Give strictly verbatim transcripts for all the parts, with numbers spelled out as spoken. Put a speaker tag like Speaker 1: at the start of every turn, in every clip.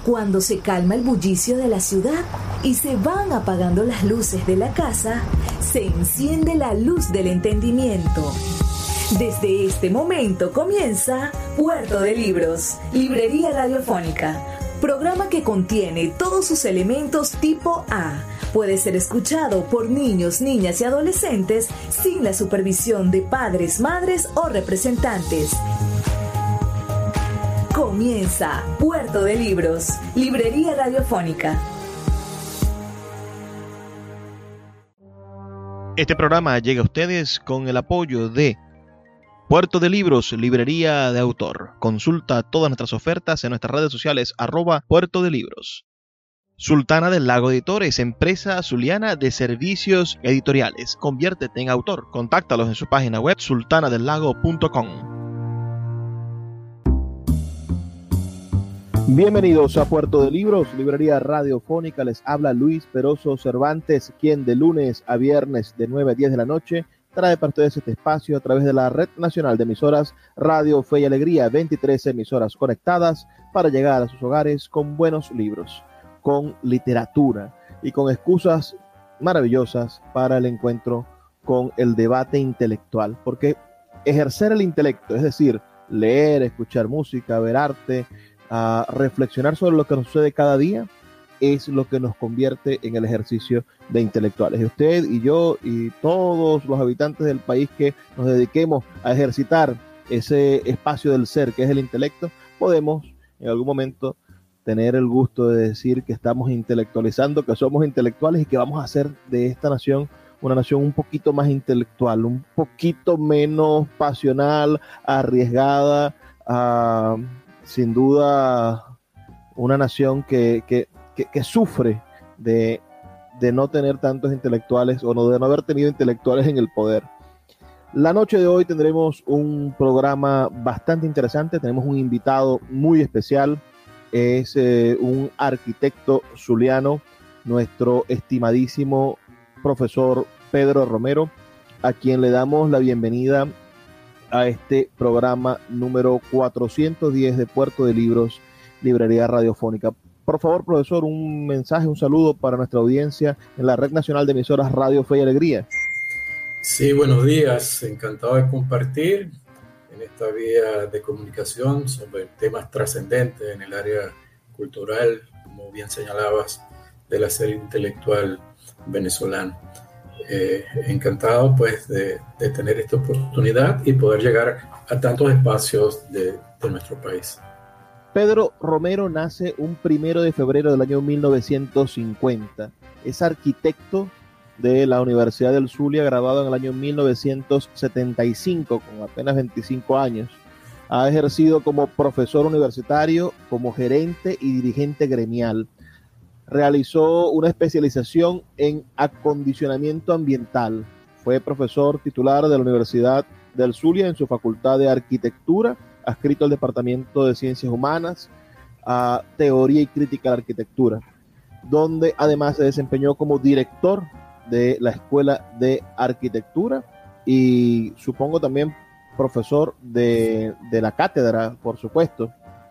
Speaker 1: Cuando se calma el bullicio de la ciudad y se van apagando las luces de la casa, se enciende la luz del entendimiento. Desde este momento comienza Puerto de Libros, Librería Radiofónica, programa que contiene todos sus elementos tipo A. Puede ser escuchado por niños, niñas y adolescentes sin la supervisión de padres, madres o representantes. Comienza Puerto de Libros, Librería Radiofónica.
Speaker 2: Este programa llega a ustedes con el apoyo de Puerto de Libros, Librería de Autor. Consulta todas nuestras ofertas en nuestras redes sociales, arroba Puerto de Libros. Sultana del Lago Editores, empresa zuliana de servicios editoriales. Conviértete en autor. Contáctalos en su página web sultana del lago punto com. Bienvenidos a Puerto de Libros, Librería Radiofónica. Les habla Luis Peroso Cervantes, quien de lunes a viernes de nueve a diez de la noche trae para ustedes este espacio a través de la Red Nacional de Emisoras Radio Fe y Alegría, veintitrés emisoras conectadas para llegar a sus hogares con buenos libros, con literatura y con excusas maravillosas para el encuentro con el debate intelectual, porque ejercer el intelecto, es decir, leer, escuchar música, ver arte, a reflexionar sobre lo que nos sucede cada día, es lo que nos convierte en el ejercicio de intelectuales. Y usted y yo y todos los habitantes del país que nos dediquemos a ejercitar ese espacio del ser que es el intelecto, podemos en algún momento tener el gusto de decir que estamos intelectualizando, que somos intelectuales y que vamos a hacer de esta nación una nación un poquito más intelectual, un poquito menos pasional, arriesgada, uh, sin duda una nación que, que, que, que sufre de, de no tener tantos intelectuales o no, de no haber tenido intelectuales en el poder. La noche de hoy tendremos un programa bastante interesante, tenemos un invitado muy especial, es eh, un arquitecto zuliano, nuestro estimadísimo profesor Pedro Romero, a quien le damos la bienvenida a este programa número cuatrocientos diez de Puerto de Libros, Librería Radiofónica. Por favor, profesor, un mensaje, un saludo para nuestra audiencia en la Red Nacional de Emisoras Radio Fe y Alegría.
Speaker 3: Sí, buenos días. Encantado de compartir en esta vía de comunicación sobre temas trascendentes en el área cultural, como bien señalabas, del hacer intelectual venezolano. Eh, encantado pues de, de tener esta oportunidad y poder llegar a tantos espacios de, de nuestro país.
Speaker 2: Pedro Romero nace un primero de febrero del año mil novecientos cincuenta. Es arquitecto de la Universidad del Zulia, graduado en el año mil novecientos setenta y cinco, con apenas veinticinco años. Ha ejercido como profesor universitario, como gerente y dirigente gremial. Realizó una especialización en acondicionamiento ambiental. Fue profesor titular de la Universidad del Zulia en su Facultad de Arquitectura, adscrito al Departamento de Ciencias Humanas, a Teoría y Crítica de la Arquitectura, donde además se desempeñó como director de la Escuela de Arquitectura y supongo también profesor de, de la cátedra, por supuesto.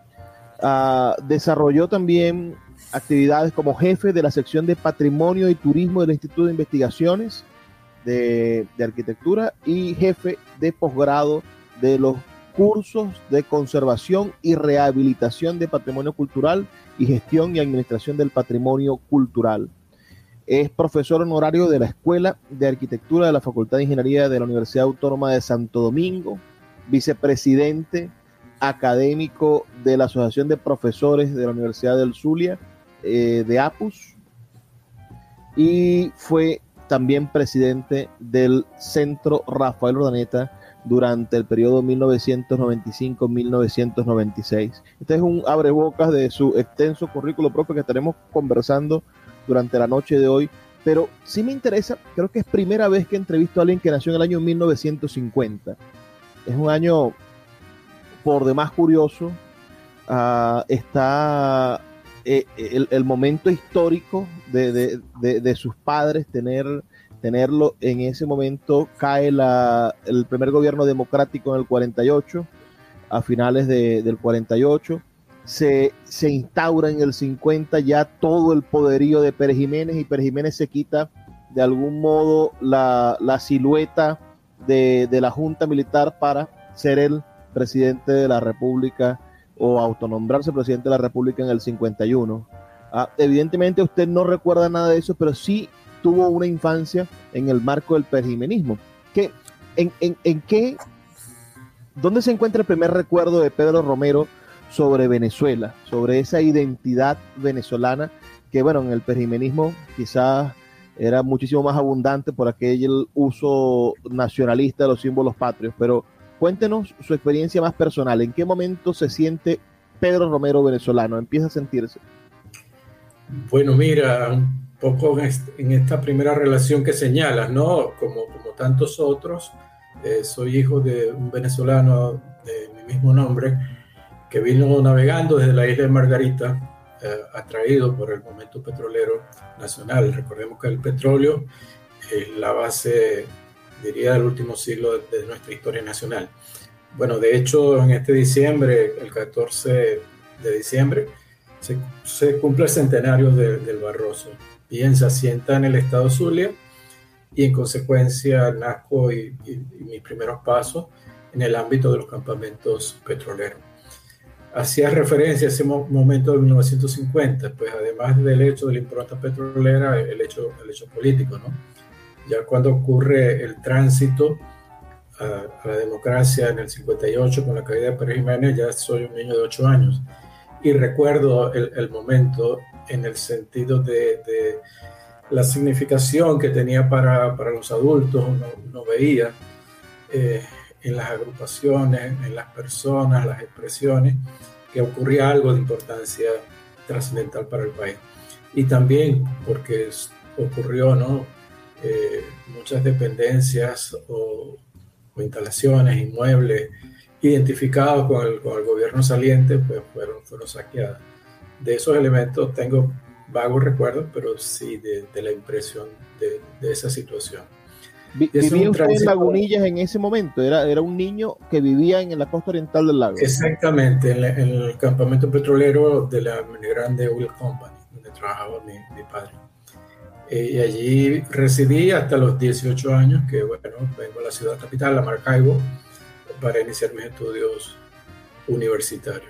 Speaker 2: Uh, desarrolló también actividades como jefe de la sección de Patrimonio y Turismo del Instituto de Investigaciones de, de Arquitectura y jefe de posgrado de los cursos de conservación y rehabilitación de patrimonio cultural y gestión y administración del patrimonio cultural. Es profesor honorario de la Escuela de Arquitectura de la Facultad de Ingeniería de la Universidad Autónoma de Santo Domingo, vicepresidente académico de la Asociación de Profesores de la Universidad del Zulia, eh, de APUS, y fue también presidente del Centro Rafael Urdaneta durante el periodo mil novecientos noventa y cinco a mil novecientos noventa y seis. Este es un abrebocas de su extenso currículo propio que estaremos conversando durante la noche de hoy, pero sí me interesa, creo que es primera vez que entrevisto a alguien que nació en el año mil novecientos cincuenta. Es un año por demás curioso. Uh, está eh, el, el momento histórico de, de, de, de sus padres, tener, tenerlo en ese momento. Cae la, el primer gobierno democrático en el cuarenta y ocho, a finales de, del cuarenta y ocho, se, se instaura en el cincuenta ya todo el poderío de Pérez Jiménez, y Pérez Jiménez se quita de algún modo la, la silueta de, de la Junta Militar para ser el presidente de la República o autonombrarse presidente de la República en el cincuenta y uno. Ah, evidentemente usted no recuerda nada de eso, pero sí tuvo una infancia en el marco del perjimenismo. ¿Qué, en, en, en qué, ¿Dónde se encuentra el primer recuerdo de Pedro Romero sobre Venezuela, sobre esa identidad venezolana que, bueno, en el perjimenismo quizás era muchísimo más abundante por aquel uso nacionalista de los símbolos patrios? Pero cuéntenos su experiencia más personal. ¿En qué momento se siente Pedro Romero venezolano? ¿Empieza a sentirse?
Speaker 3: Bueno, mira, un poco en esta primera relación que señalas, ¿no? Como, como tantos otros, eh, soy hijo de un venezolano de mi mismo nombre que vino navegando desde la isla de Margarita, eh, atraído por el momento petrolero nacional. Recordemos que el petróleo es la base, diría, del último siglo de, de nuestra historia nacional. Bueno, de hecho, en este diciembre, el catorce de diciembre, se, se cumple el centenario de, del Barroso. Bien, se asienta en el estado Zulia y en consecuencia nazco y, y, y mis primeros pasos en el ámbito de los campamentos petroleros. Hacía referencia a ese mo- momento de mil novecientos cincuenta, pues además del hecho de la impronta petrolera, el hecho, el hecho político, ¿no? Ya cuando ocurre el tránsito a, a la democracia en el cincuenta y ocho con la caída de Pérez Jiménez, ya soy un niño de ocho años y recuerdo el, el momento en el sentido de, de la significación que tenía para, para los adultos. Uno, uno veía eh, en las agrupaciones, en las personas, las expresiones, que ocurría algo de importancia trascendental para el país. Y también porque ocurrió, ¿no? Eh, muchas dependencias o, o instalaciones, inmuebles identificados con el, con el gobierno saliente, pues fueron, fueron saqueadas. De esos elementos tengo vagos recuerdos, pero sí de, de la impresión de, de esa situación.
Speaker 2: ¿Vivía usted en Lagunillas en ese momento? Era, era un niño que vivía en la costa oriental del lago.
Speaker 3: Exactamente, en, la, en el campamento petrolero de la Grande Oil Company, donde trabajaba mi, mi padre. Eh, y allí residí hasta los dieciocho años, que bueno, vengo a la ciudad capital, a Maracaibo, para iniciar mis estudios universitarios.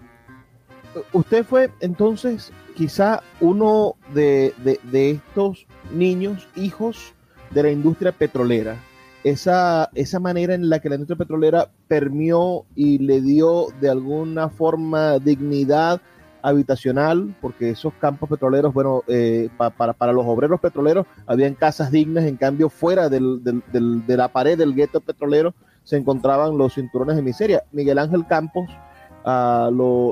Speaker 2: Usted fue entonces quizá uno de, de, de estos niños, hijos de la industria petrolera. Esa, esa manera en la que la industria petrolera permeó y le dio de alguna forma dignidad habitacional, porque esos campos petroleros, bueno, eh, pa, para, para los obreros petroleros habían casas dignas, en cambio fuera del, del, del, de la pared del gueto petrolero se encontraban los cinturones de miseria. Miguel Ángel Campos uh, lo,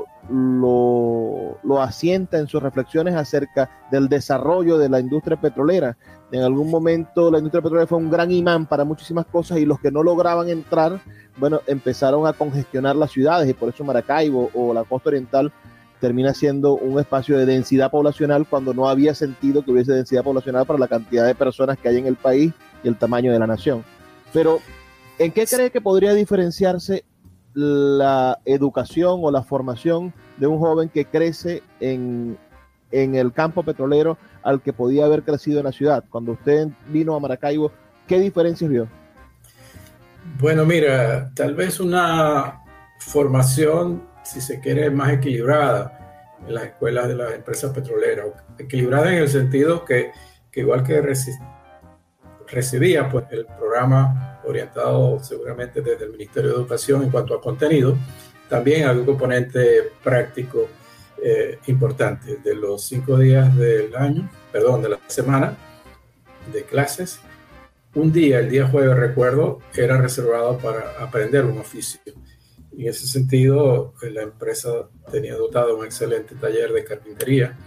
Speaker 2: lo, lo asienta en sus reflexiones acerca del desarrollo de la industria petrolera. En algún momento la industria petrolera fue un gran imán para muchísimas cosas, y los que no lograban entrar, bueno, empezaron a congestionar las ciudades, y por eso Maracaibo o la costa oriental termina siendo un espacio de densidad poblacional cuando no había sentido que hubiese densidad poblacional para la cantidad de personas que hay en el país y el tamaño de la nación. Pero, ¿en qué cree que podría diferenciarse la educación o la formación de un joven que crece en, en el campo petrolero al que podía haber crecido en la ciudad? Cuando usted vino a Maracaibo, ¿qué diferencias vio?
Speaker 3: Bueno, mira, tal vez una formación, si se quiere, más equilibrada en las escuelas de las empresas petroleras. Equilibrada en el sentido que, que igual que reci- recibía pues, el programa orientado seguramente desde el Ministerio de Educación en cuanto a contenido, también había un componente práctico eh, importante. De los cinco días del año, perdón, de la semana de clases, un día, el día jueves, recuerdo, era reservado para aprender un oficio. Y en ese sentido, la empresa tenía dotado un excelente taller de carpintería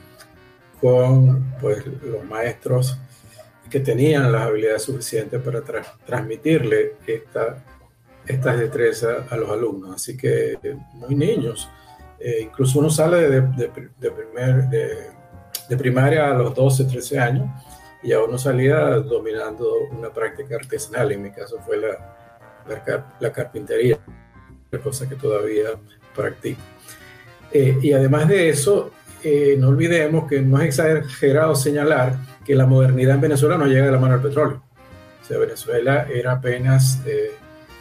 Speaker 3: con pues, los maestros que tenían las habilidades suficientes para tra- transmitirle esta, estas destrezas a los alumnos. Así que muy niños. Eh, incluso uno sale de, de, de, primer, de, de primaria a los doce, trece años y ya uno salía dominando una práctica artesanal. En mi caso fue la, la, la carpintería, cosa que todavía practico. Eh, y además de eso, eh, no olvidemos que no es exagerado señalar que la modernidad en Venezuela no llega de la mano del petróleo. O sea, Venezuela era apenas eh,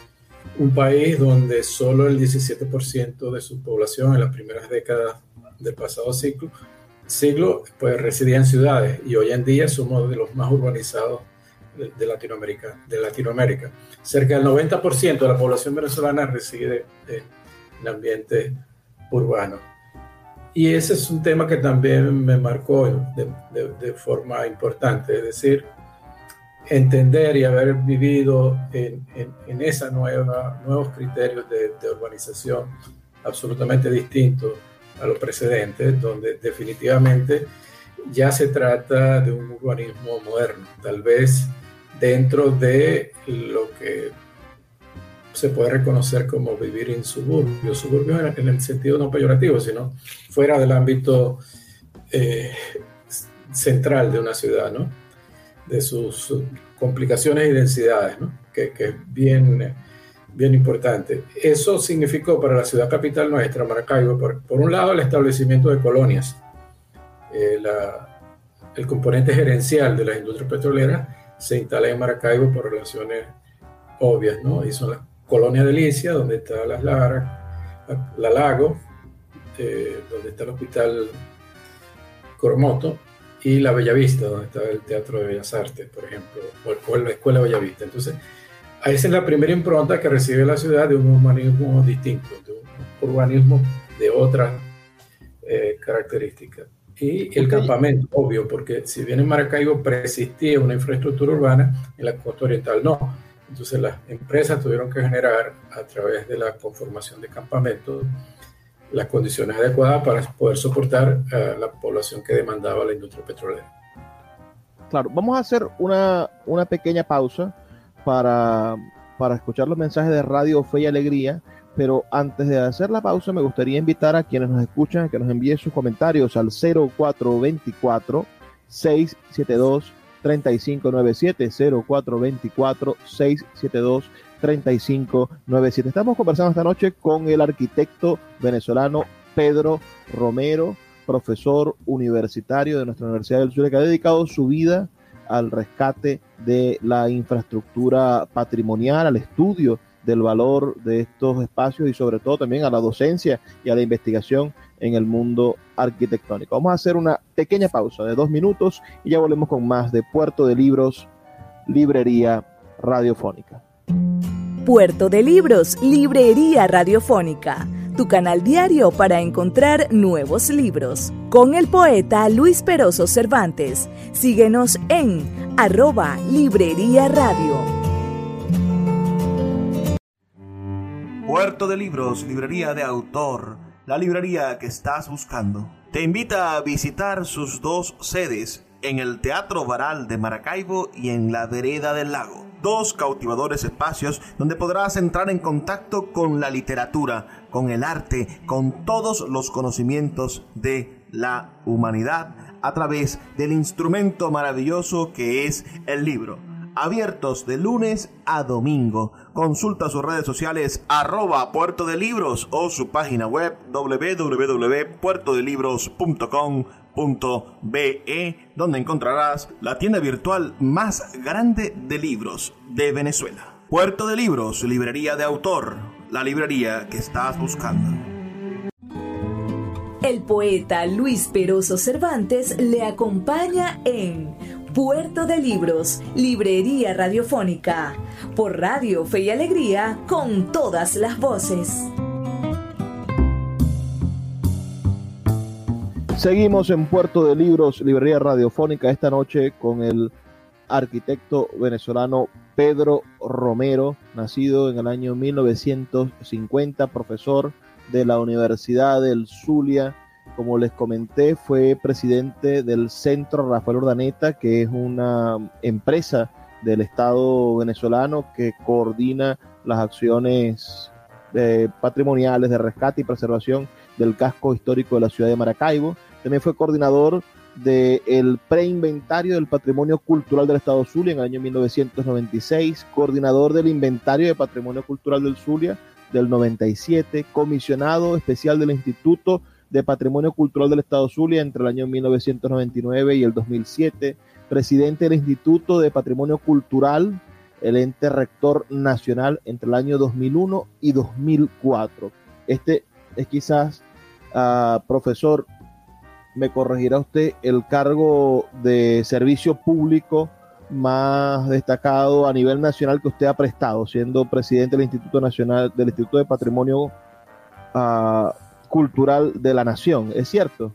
Speaker 3: un país donde solo el diecisiete por ciento de su población en las primeras décadas del pasado siglo, siglo pues residía en ciudades, y hoy en día somos de los más urbanizados de, de, Latinoamérica, de Latinoamérica. Cerca del noventa por ciento de la población venezolana reside en, en ambientes urbanos. Y ese es un tema que también me marcó de, de, de forma importante, es decir, entender y haber vivido en, en, en esa nueva, nuevos criterios de, de urbanización absolutamente distintos a los precedentes, donde definitivamente ya se trata de un urbanismo moderno, tal vez dentro de lo que se puede reconocer como vivir en suburbios, suburbios en el sentido no peyorativo, sino fuera del ámbito eh, central de una ciudad, ¿no? De sus complicaciones y densidades, ¿no? que, que es bien, bien importante. Eso significó para la ciudad capital nuestra, Maracaibo, por, por un lado el establecimiento de colonias, eh, la, el componente gerencial de las industrias petroleras se instala en Maracaibo por relaciones obvias, ¿no? Y son las Colonia Delicia, donde está Las Laras, la, la Lago, eh, donde está el Hospital Coromoto, y la Bellavista, donde está el Teatro de Bellas Artes, por ejemplo, o la Escuela Bellavista. Entonces, esa es la primera impronta que recibe la ciudad de un urbanismo distinto, de un urbanismo de otras eh, características. Y el campamento, obvio, porque si bien en Maracaibo preexistía una infraestructura urbana, en la costa oriental no. Entonces las empresas tuvieron que generar, a través de la conformación de campamentos, las condiciones adecuadas para poder soportar a la población que demandaba la industria petrolera.
Speaker 2: Claro, vamos a hacer una, una pequeña pausa para, para escuchar los mensajes de Radio Fe y Alegría, pero antes de hacer la pausa me gustaría invitar a quienes nos escuchan a que nos envíen sus comentarios al cero cuatro dos cuatro, seis siete dos, tres cinco nueve siete, cero cuatro dos cuatro, seis siete dos, tres cinco nueve siete. Estamos conversando esta noche con el arquitecto venezolano Pedro Romero, profesor universitario de nuestra Universidad del Zulia, que ha dedicado su vida al rescate de la infraestructura patrimonial, al estudio del valor de estos espacios y sobre todo también a la docencia y a la investigación en el mundo arquitectónico. Vamos a hacer una pequeña pausa de dos minutos y ya volvemos con más de Puerto de Libros, Librería Radiofónica.
Speaker 1: Puerto de Libros, Librería Radiofónica, tu canal diario para encontrar nuevos libros. Con el poeta Luis Peroso Cervantes. Síguenos en arroba Librería Radio.
Speaker 4: Puerto de Libros, librería de autor, la librería que estás buscando. Te invita a visitar sus dos sedes, en el Teatro Baral de Maracaibo y en la Vereda del Lago. Dos cautivadores espacios donde podrás entrar en contacto con la literatura, con el arte, con todos los conocimientos de la humanidad a través del instrumento maravilloso que es el libro. Abiertos de lunes a domingo. Consulta sus redes sociales arroba Puerto de Libros o su página web doble u doble u doble u punto puerto de libros punto com punto be, donde encontrarás la tienda virtual más grande de libros de Venezuela. Puerto de Libros, librería de autor, la librería que estás buscando.
Speaker 1: El poeta Luis Peroso Cervantes le acompaña en Puerto de Libros, Librería Radiofónica, por Radio Fe y Alegría, con todas las voces.
Speaker 2: Seguimos en Puerto de Libros, Librería Radiofónica, esta noche con el arquitecto venezolano Pedro Romero, nacido en el año mil novecientos cincuenta, profesor de la Universidad del Zulia. Como les comenté, fue presidente del Centro Rafael Urdaneta, que es una empresa del Estado venezolano que coordina las acciones eh, patrimoniales de rescate y preservación del casco histórico de la ciudad de Maracaibo. También fue coordinador del preinventario del patrimonio cultural del Estado Zulia en el año mil novecientos noventa y seis, coordinador del inventario de patrimonio cultural del Zulia del noventa y siete, comisionado especial del Instituto de Patrimonio Cultural del Estado Zulia entre el año mil novecientos noventa y nueve y el dos mil siete, presidente del Instituto de Patrimonio Cultural, el ente rector nacional entre el año dos mil uno y dos mil cuatro. Este es quizás, uh, profesor, me corregirá usted, el cargo de servicio público más destacado a nivel nacional que usted ha prestado, siendo presidente del Instituto Nacional, del Instituto de Patrimonio uh, Cultural de la Nación, ¿es cierto?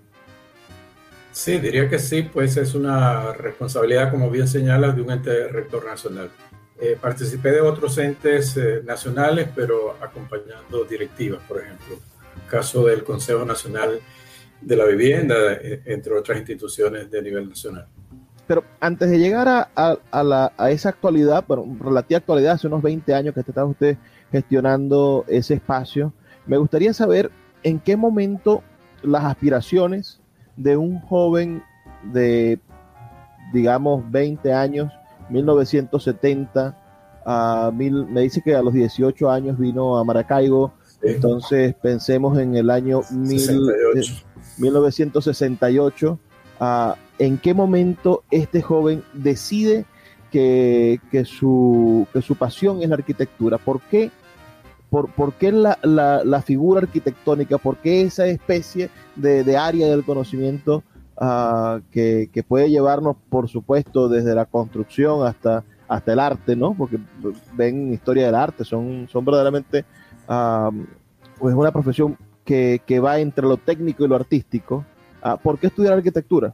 Speaker 3: Sí, diría que sí, pues es una responsabilidad, como bien señala, de un ente rector nacional. Eh, participé de otros entes eh, nacionales, pero acompañando directivas, por ejemplo, caso del Consejo Nacional de la Vivienda, eh, entre otras instituciones de nivel nacional.
Speaker 2: Pero antes de llegar a, a, a, la, a esa actualidad, bueno, relativa actualidad, hace unos veinte años que estaba usted gestionando ese espacio, me gustaría saber en qué momento las aspiraciones de un joven de, digamos, veinte años, mil novecientos setenta, a mil, me dice que a los dieciocho años vino a Maracaibo, sí. Entonces pensemos en el año mil, eh, mil novecientos sesenta y ocho, uh, ¿en qué momento este joven decide que, que, su, que su pasión es la arquitectura? ¿Por qué, por, por qué la, la, la figura arquitectónica? ¿Por qué esa especie de, de área del conocimiento uh, que, que puede llevarnos, por supuesto, desde la construcción hasta, hasta el arte, ¿no? Porque ven historia del arte, son, son verdaderamente uh, pues una profesión que, que va entre lo técnico y lo artístico. Uh, ¿Por qué estudiar arquitectura?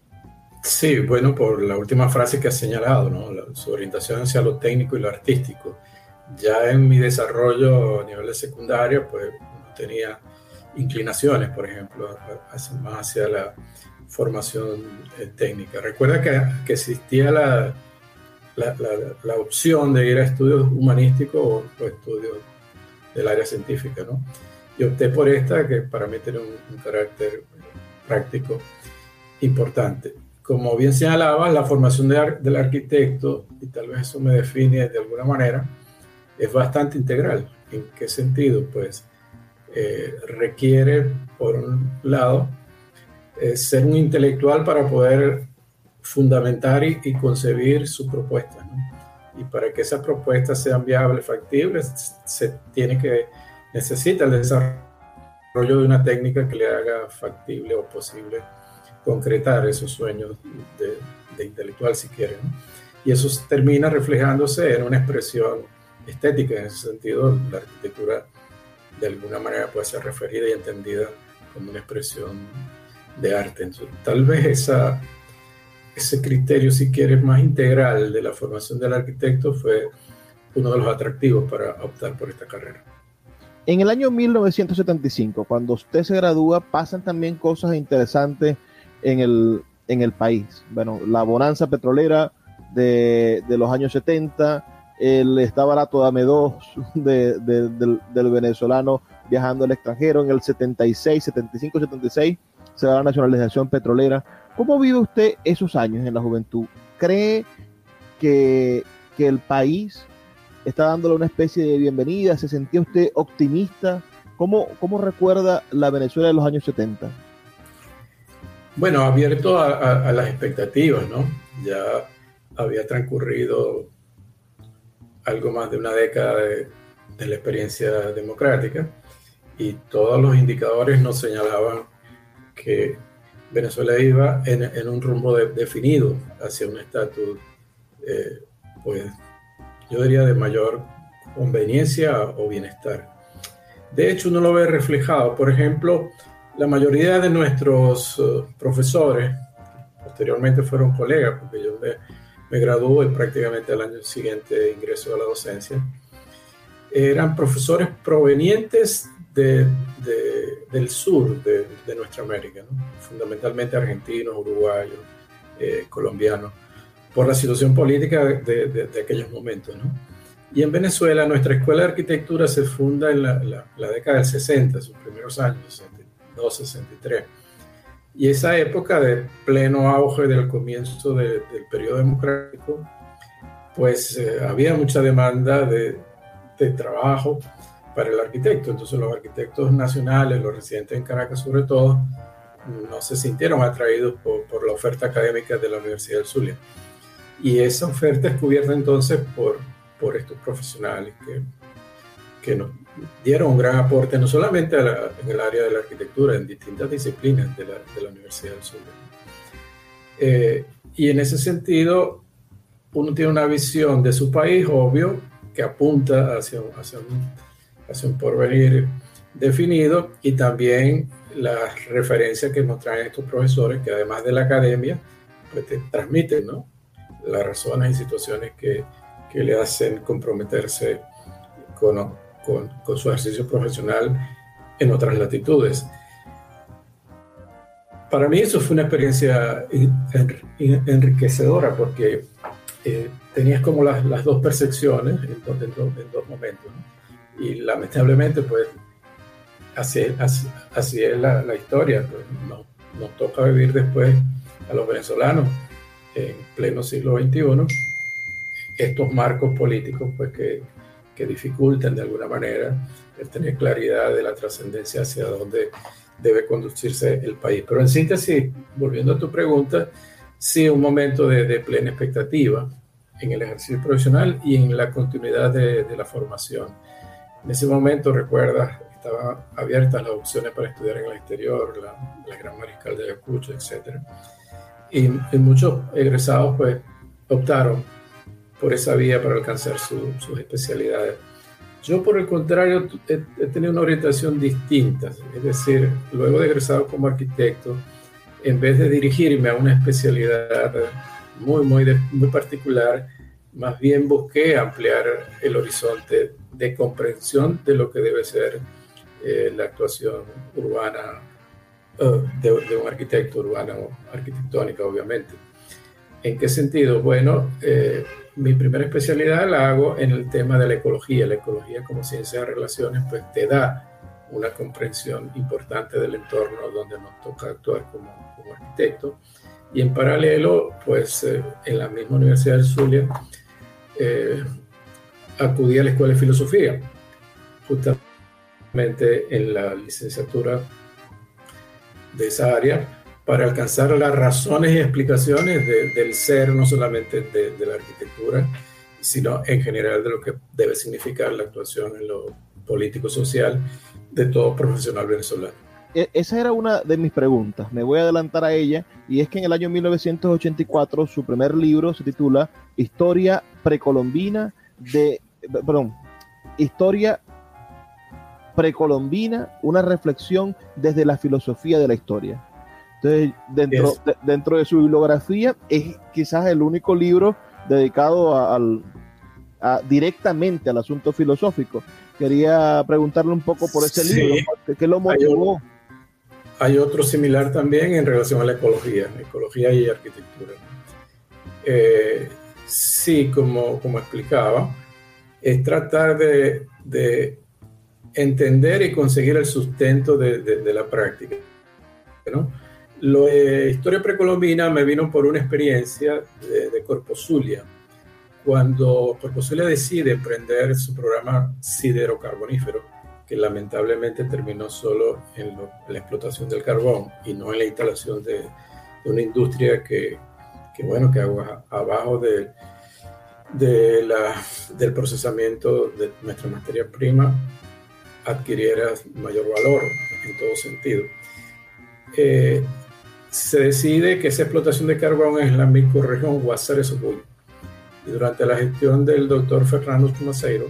Speaker 3: Sí, bueno, por la última frase que has señalado, ¿no? La, su orientación hacia lo técnico y lo artístico. Ya en mi desarrollo a nivel de secundaria, pues tenía inclinaciones, por ejemplo, hacia, más hacia la formación eh, técnica. Recuerda que, que existía la, la, la, la opción de ir a estudios humanísticos o, o estudios del área científica, ¿no? Y opté por esta, que para mí tiene un, un carácter práctico importante. Como bien señalaba, la formación de ar- del arquitecto, y tal vez eso me define de alguna manera, es bastante integral. ¿En qué sentido? Pues eh, requiere, por un lado, eh, ser un intelectual para poder fundamentar y, y concebir su propuesta, ¿no? Y para que esas propuestas sean viables, factibles, se tiene que, necesita el desarrollo de una técnica que le haga factible o posible concretar esos sueños de, de intelectual, si quieren, ¿no? Y eso termina reflejándose en una expresión estética. En ese sentido, la arquitectura de alguna manera puede ser referida y entendida como una expresión de arte. Entonces, tal vez esa, ese criterio, si quieres, más integral de la formación del arquitecto fue uno de los atractivos para optar por esta carrera.
Speaker 2: En el año mil novecientos setenta y cinco, cuando usted se gradúa, pasan también cosas interesantes en el, en el país. Bueno, la bonanza petrolera de, de los años setenta, el está barato dame dos de, de, del, del venezolano viajando al extranjero. En el setenta y seis, setenta y cinco, setenta y seis se da la nacionalización petrolera. ¿Cómo vive usted esos años en la juventud? ¿Cree que, que el país está dándole una especie de bienvenida? ¿Se sentía usted optimista? ¿Cómo, cómo recuerda la Venezuela de los años setenta?
Speaker 3: Bueno, abierto a, a, a las expectativas, ¿no? Ya había transcurrido algo más de una década de, de la experiencia democrática y todos los indicadores nos señalaban que Venezuela iba en, en un rumbo de, definido hacia un estatus, eh, pues yo diría de mayor conveniencia o bienestar. De hecho, uno lo ve reflejado. Por ejemplo, la mayoría de nuestros uh, profesores, posteriormente fueron colegas, porque yo me, me gradué y prácticamente al año siguiente ingreso a la docencia, eran profesores provenientes de, de, del sur de, de nuestra América, ¿no? Fundamentalmente argentinos, uruguayos, eh, colombianos, por la situación política de, de, de aquellos momentos, ¿no? Y en Venezuela nuestra escuela de arquitectura se funda en la, la, la década del sesenta, sus primeros años, sesenta y dos, sesenta y tres. Y esa época de pleno auge del comienzo de, del periodo democrático, pues eh, había mucha demanda de, de trabajo para el arquitecto. Entonces los arquitectos nacionales, los residentes en Caracas sobre todo, no se sintieron atraídos por, por la oferta académica de la Universidad del Zulia. Y esa oferta es cubierta entonces por, por estos profesionales que, que nos dieron un gran aporte, no solamente a la, en el área de la arquitectura, en distintas disciplinas de la, de la Universidad del Zulia. Eh, y en ese sentido, uno tiene una visión de su país, obvio, que apunta hacia, hacia, un, hacia un porvenir definido, y también las referencias que nos traen estos profesores, que además de la academia, pues te transmiten, ¿no?, las razones y situaciones que, que le hacen comprometerse con, con, con su ejercicio profesional en otras latitudes. Para mí eso fue una experiencia enriquecedora, porque eh, tenías como las, las dos percepciones en, en, en dos momentos, ¿no? Y lamentablemente pues así, así, así es la, la historia, pues, no, nos toca vivir después a los venezolanos en pleno siglo veintiuno estos marcos políticos pues que, que dificultan de alguna manera el tener claridad de la trascendencia hacia dónde debe conducirse el país. Pero en síntesis, volviendo a tu pregunta, sí, un momento de, de plena expectativa en el ejercicio profesional y en la continuidad de, de la formación. En ese momento, recuerdas, estaban abiertas las opciones para estudiar en el exterior, la, la Gran Mariscal de Ayacucho, etcétera. Y, y muchos egresados pues optaron por esa vía para alcanzar su, sus especialidades. Yo, por el contrario, he, he tenido una orientación distinta, es decir, luego de egresado como arquitecto, en vez de dirigirme a una especialidad muy, muy, de, muy particular, más bien busqué ampliar el horizonte de comprensión de lo que debe ser eh, la actuación urbana uh, de, de un arquitecto urbano, arquitectónica, obviamente. ¿En qué sentido? Bueno, eh, mi primera especialidad la hago en el tema de la ecología. La ecología como ciencia de relaciones pues te da una comprensión importante del entorno donde nos toca actuar como, como arquitecto. Y en paralelo, pues eh, en la misma Universidad del Zulia, eh, acudí a la Escuela de Filosofía, justamente en la licenciatura de esa área, para alcanzar las razones y explicaciones de, del ser, no solamente de, de la arquitectura, sino en general de lo que debe significar la actuación en lo político-social de todo profesional venezolano.
Speaker 2: Esa era una de mis preguntas, me voy a adelantar a ella, y es que en el año mil novecientos ochenta y cuatro su primer libro se titula Historia precolombina de, perdón, Historia precolombina, una reflexión desde la filosofía de la historia. Entonces, dentro, de, dentro de su bibliografía, es quizás el único libro dedicado a, al, a, directamente al asunto filosófico. Quería preguntarle un poco por ese sí. libro, ¿qué lo motivó?
Speaker 3: Hay, hay otro similar también en relación a la ecología, ecología y arquitectura. Eh, sí, como, como explicaba, es tratar de, de entender y conseguir el sustento de, de, de la práctica, ¿no? Lo de historia precolombina me vino por una experiencia de, de Corpo Zulia. Cuando Corpo Zulia decide emprender su programa siderocarbonífero, que lamentablemente terminó solo en, lo, en la explotación del carbón y no en la instalación de, de una industria que, que bueno, que abajo de, de la, del procesamiento de nuestra materia prima adquiriera mayor valor en todo sentido. Eh, se decide que esa explotación de carbón es la microrregión Guásares-Obuy. Y durante la gestión del doctor Fernando Maceiro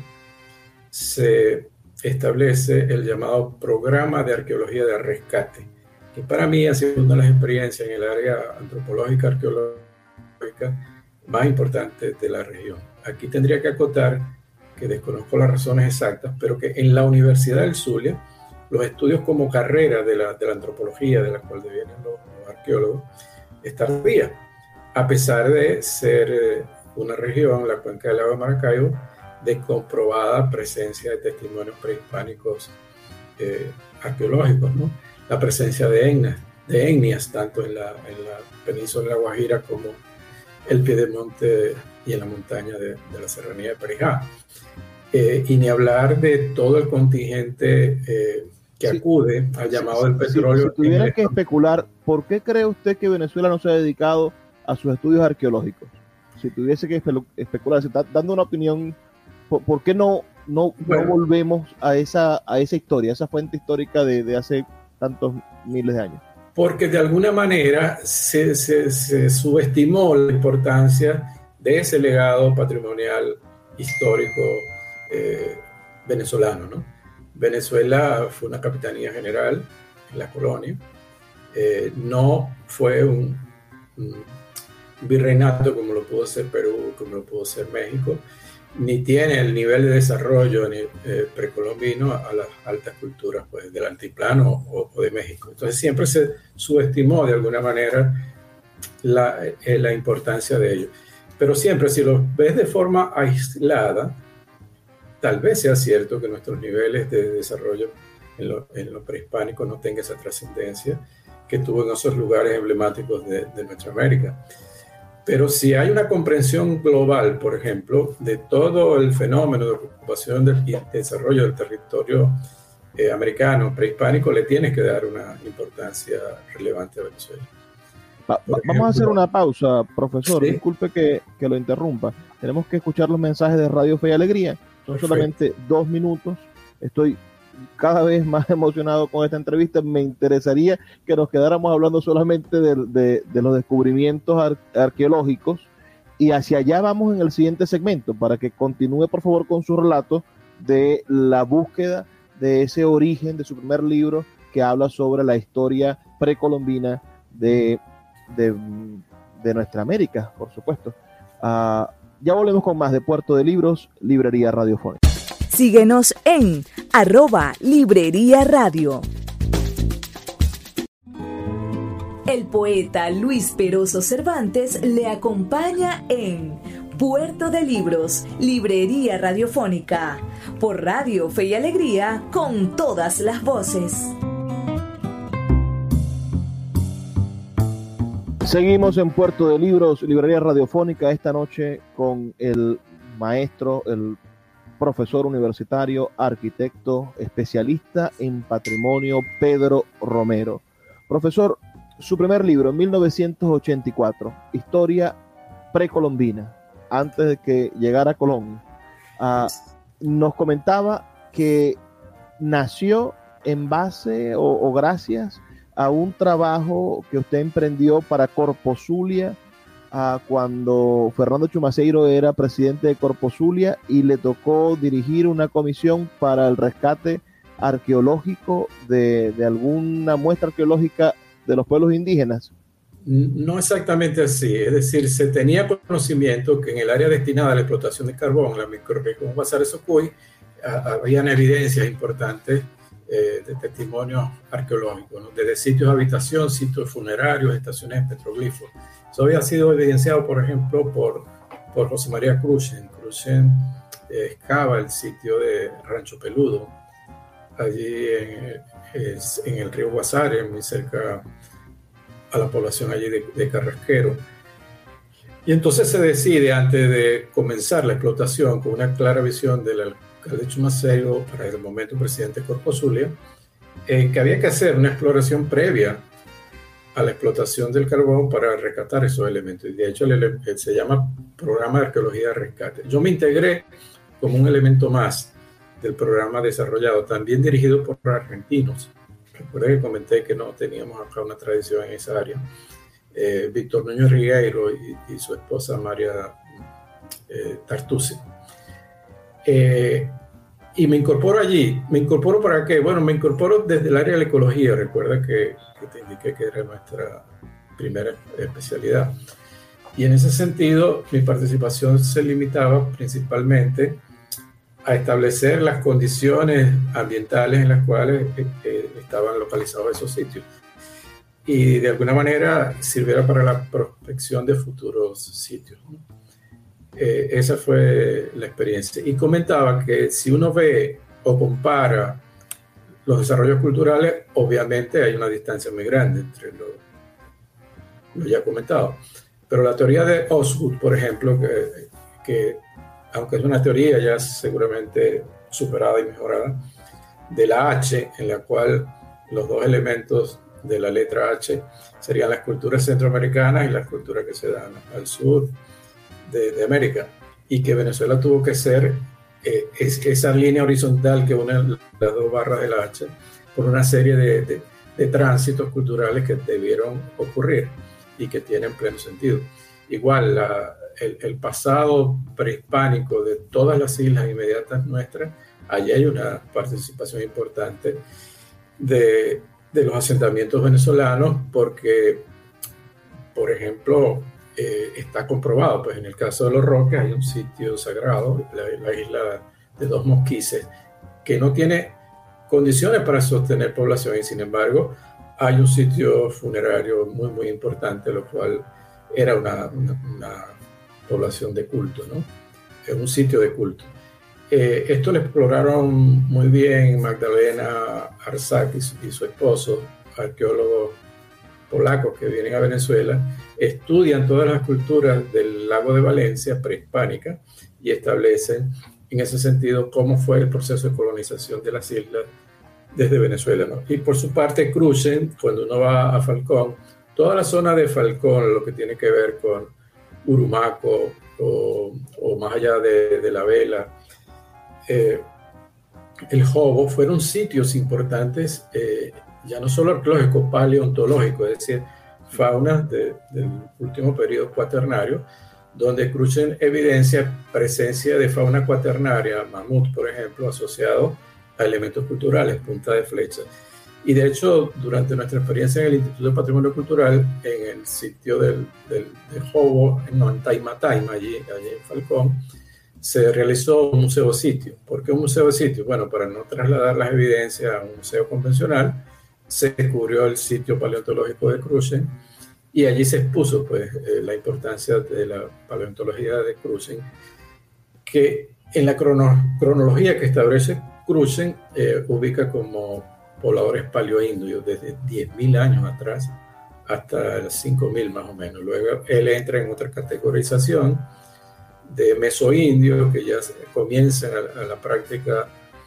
Speaker 3: se establece el llamado Programa de Arqueología de Rescate, que para mí ha sido una de las experiencias en el área antropológica, arqueológica más importantes de la región. Aquí tendría que acotar que desconozco las razones exactas, pero que en la Universidad del Zulia los estudios como carrera de la, de la antropología, de la cual devienen los, los arqueólogos, están tardía, a pesar de ser eh, una región, la cuenca del lago de Maracaibo, de comprobada presencia de testimonios prehispánicos eh, arqueológicos, ¿no? La presencia de etnias, de etnias tanto en la, en la península de La Guajira como el piedemonte y en la montaña de, de la serranía de Perijá. eh, y ni hablar de todo el contingente eh, que
Speaker 2: sí,
Speaker 3: acude al llamado
Speaker 2: sí,
Speaker 3: del petróleo.
Speaker 2: Si, si tuviera que especular, ¿por qué cree usted que Venezuela no se ha dedicado a sus estudios arqueológicos? Si tuviese que especular, si está dando una opinión, ¿por, por qué no, no, bueno, no volvemos a esa, a esa historia, a esa fuente histórica de, de hace tantos miles de años?
Speaker 3: Porque de alguna manera se, se, se subestimó la importancia de ese legado patrimonial histórico eh, venezolano, ¿no? Venezuela fue una capitanía general en la colonia, eh, no fue un, un virreinato como lo pudo ser Perú, como lo pudo ser México, ni tiene el nivel de desarrollo eh, precolombino a las altas culturas pues, del altiplano o, o de México. Entonces siempre se subestimó de alguna manera la, eh, la importancia de ello. Pero siempre, si lo ves de forma aislada, tal vez sea cierto que nuestros niveles de desarrollo en lo, en lo prehispánico no tengan esa trascendencia que tuvo en esos lugares emblemáticos de, de nuestra América. Pero si hay una comprensión global, por ejemplo, de todo el fenómeno de ocupación del, y desarrollo del territorio eh, americano prehispánico, le tienes que dar una importancia relevante a Venezuela.
Speaker 2: Va, va, vamos a hacer una pausa, profesor. ¿Sí? Disculpe que, que lo interrumpa. Tenemos que escuchar los mensajes de Radio Fe y Alegría. Son Perfecto. Solamente dos minutos. Estoy cada vez más emocionado con esta entrevista. Me interesaría que nos quedáramos hablando solamente de, de, de los descubrimientos ar, arqueológicos, y hacia allá vamos en el siguiente segmento, para que continúe por favor con su relato de la búsqueda de ese origen de su primer libro, que habla sobre la historia precolombina de, de, de nuestra América, por supuesto. Uh, ya volvemos con más de Puerto de Libros, Librería Radiofónica.
Speaker 1: Síguenos en arroba Librería Radio. El poeta Luis Peroso Cervantes le acompaña en Puerto de Libros, Librería Radiofónica, por Radio Fe y Alegría, con todas las voces.
Speaker 2: Seguimos en Puerto de Libros, Librería Radiofónica, esta noche con el maestro, el profesor universitario, arquitecto, especialista en patrimonio, Pedro Romero. Profesor, su primer libro, en mil novecientos ochenta y cuatro, Historia Precolombina, antes de que llegara Colón, uh, nos comentaba que nació en base o, o gracias a un trabajo que usted emprendió para Corpo Zulia, Uh, cuando Fernando Chumaceiro era presidente de Corpo Zulia, y le tocó dirigir una comisión para el rescate arqueológico de, de alguna muestra arqueológica de los pueblos indígenas.
Speaker 3: No exactamente así, es decir, se tenía conocimiento que en el área destinada a la explotación de carbón, la microrregión Guasare Socuy, habían evidencias importantes eh, de testimonios arqueológicos, ¿no? Desde sitios de habitación, sitios funerarios, estaciones de petroglifos. Eso había sido evidenciado, por ejemplo, por, por José María Cruchen. Cruchen eh, excava el sitio de Rancho Peludo, allí en, es, en el río Guasare, muy cerca a la población allí de, de Carrasquero. Y entonces se decide, antes de comenzar la explotación, con una clara visión del alcalde Chumaceiro, para el momento presidente de Corpo Zulia, eh, que había que hacer una exploración previa a la explotación del carbón para rescatar esos elementos. Y de hecho el, el, se llama Programa de Arqueología de Rescate. Yo me integré como un elemento más del programa desarrollado, también dirigido por argentinos. Recuerden que comenté que no teníamos acá una tradición en esa área. Eh, Víctor Núñez Rigueiro y, y su esposa María eh, Tartusi. Eh, y me incorporo allí. ¿Me incorporo para qué? Bueno, me incorporo desde el área de la ecología. Recuerda que, que te indiqué que era nuestra primera especialidad. Y en ese sentido, mi participación se limitaba principalmente a establecer las condiciones ambientales en las cuales eh, estaban localizados esos sitios. Y de alguna manera sirviera para la prospección de futuros sitios, ¿no? Eh, esa fue la experiencia. Y comentaba que si uno ve o compara los desarrollos culturales, obviamente hay una distancia muy grande entre lo, lo ya comentado. Pero la teoría de Osgood, por ejemplo, que, que aunque es una teoría ya seguramente superada y mejorada, de la H, en la cual los dos elementos de la letra H serían las culturas centroamericanas y las culturas que se dan al sur de, de América, y que Venezuela tuvo que ser eh, es, esa línea horizontal que une las dos barras de la H por una serie de, de, de tránsitos culturales que debieron ocurrir y que tienen pleno sentido. Igual la, el, el pasado prehispánico de todas las islas inmediatas nuestras, allí hay una participación importante de, de los asentamientos venezolanos, porque, por ejemplo, eh, está comprobado, pues en el caso de Los Roques hay un sitio sagrado, la, la isla de Dos Mosquices, que no tiene condiciones para sostener población, y sin embargo hay un sitio funerario muy, muy importante, lo cual era una, una, una población de culto, ¿no? Es un sitio de culto. Eh, esto lo exploraron muy bien Magdalena Arsak y su, y su esposo, arqueólogos polacos que vienen a Venezuela, estudian todas las culturas del lago de Valencia prehispánica y establecen en ese sentido cómo fue el proceso de colonización de las islas desde Venezuela, ¿no? Y por su parte Cruzen, cuando uno va a Falcón, toda la zona de Falcón, lo que tiene que ver con Urumaco o, o más allá de, de la Vela, eh, el Jobo, fueron sitios importantes, eh, ya no solo arqueológicos, paleontológicos, es decir, faunas de, del último periodo cuaternario, donde Cruzen evidencia presencia de fauna cuaternaria, mamut, por ejemplo, asociado a elementos culturales, punta de flecha. Y de hecho, durante nuestra experiencia en el Instituto de Patrimonio Cultural, en el sitio del, del, del Jobo, en Taima-Taima, allí, allí en Falcón, se realizó un museo sitio. ¿Por qué un museo sitio? Bueno, para no trasladar las evidencias a un museo convencional, se descubrió el sitio paleontológico de Cruzen y allí se expuso pues, eh, la importancia de la paleontología de Cruzen, que en la crono, cronología que establece Cruzen eh, ubica como pobladores paleoindios desde diez mil años atrás hasta cinco mil más o menos. Luego él entra en otra categorización de mesoindios que ya comienzan a, a la práctica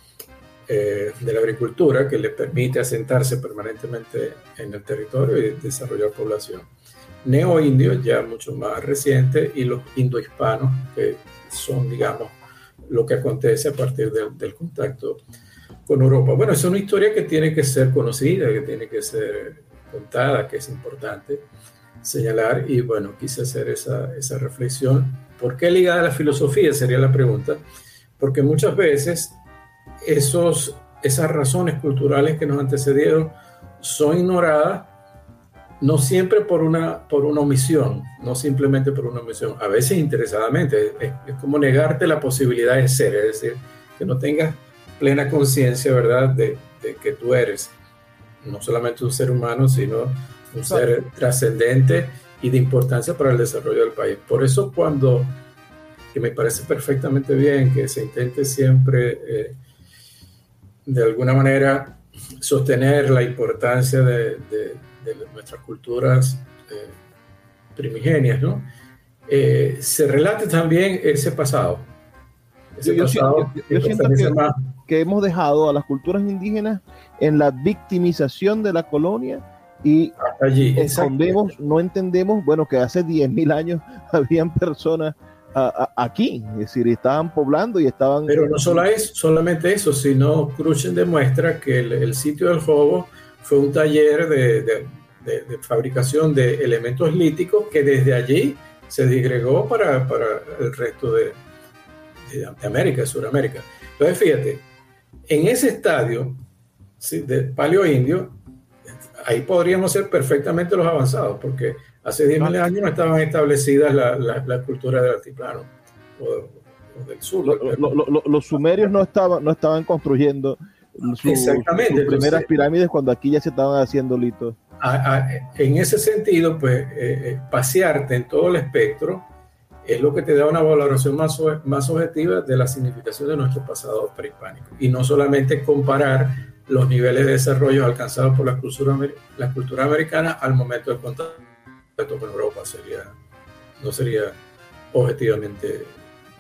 Speaker 3: eh, de la agricultura, que les permite asentarse permanentemente en el territorio y desarrollar población. Neoindios ya mucho más recientes, y los indohispanos, que son, digamos, lo que acontece a partir del, del contacto con Europa. Bueno, es una historia que tiene que ser conocida, que tiene que ser contada, que es importante señalar, y bueno, quise hacer esa, esa reflexión. ¿Por qué ligada a la filosofía? Sería la pregunta. Porque muchas veces esos, esas razones culturales que nos antecedieron son ignoradas, no siempre por una, por una omisión, no simplemente por una omisión, a veces interesadamente. Es, es como negarte la posibilidad de ser, es decir, que no tengas plena conciencia, ¿verdad?, de, de que tú eres no solamente un ser humano, sino un ser trascendente y de importancia para el desarrollo del país. Por eso cuando, que me parece perfectamente bien que se intente siempre eh, de alguna manera sostener la importancia de, de, de nuestras culturas eh, primigenias, ¿no? Eh, se relate también ese pasado. Ese
Speaker 2: yo,
Speaker 3: pasado
Speaker 2: yo, yo, yo siento que, más... que hemos dejado a las culturas indígenas en la victimización de la colonia y
Speaker 3: allí
Speaker 2: escondemos, no entendemos, bueno, que hace diez mil años habían personas a, a, aquí, es decir, estaban poblando y estaban...
Speaker 3: Pero no solo es, solamente eso, sino Cruzen demuestra que el, el sitio del Jobo fue un taller de, de, de, de fabricación de elementos líticos que desde allí se disgregó para, para el resto de, de, de América, de Sudamérica. Entonces, fíjate, en ese estadio, ¿sí?, de paleoindio, ahí podríamos ser perfectamente los avanzados, porque hace diez mil años no estaban establecidas las la, la culturas del altiplano o, o del sur.
Speaker 2: Lo, lo, lo, los sumerios no estaban, no estaban construyendo su,
Speaker 3: Exactamente.
Speaker 2: sus primeras Entonces, pirámides cuando aquí ya se estaban haciendo litos.
Speaker 3: A, a, en ese sentido, pues, eh, eh, pasearte en todo el espectro es lo que te da una valoración más, más objetiva de la significación de nuestro pasado prehispánico. Y no solamente comparar los niveles de desarrollo alcanzados por la cultura, la cultura americana al momento del contacto con Europa. Sería, no sería objetivamente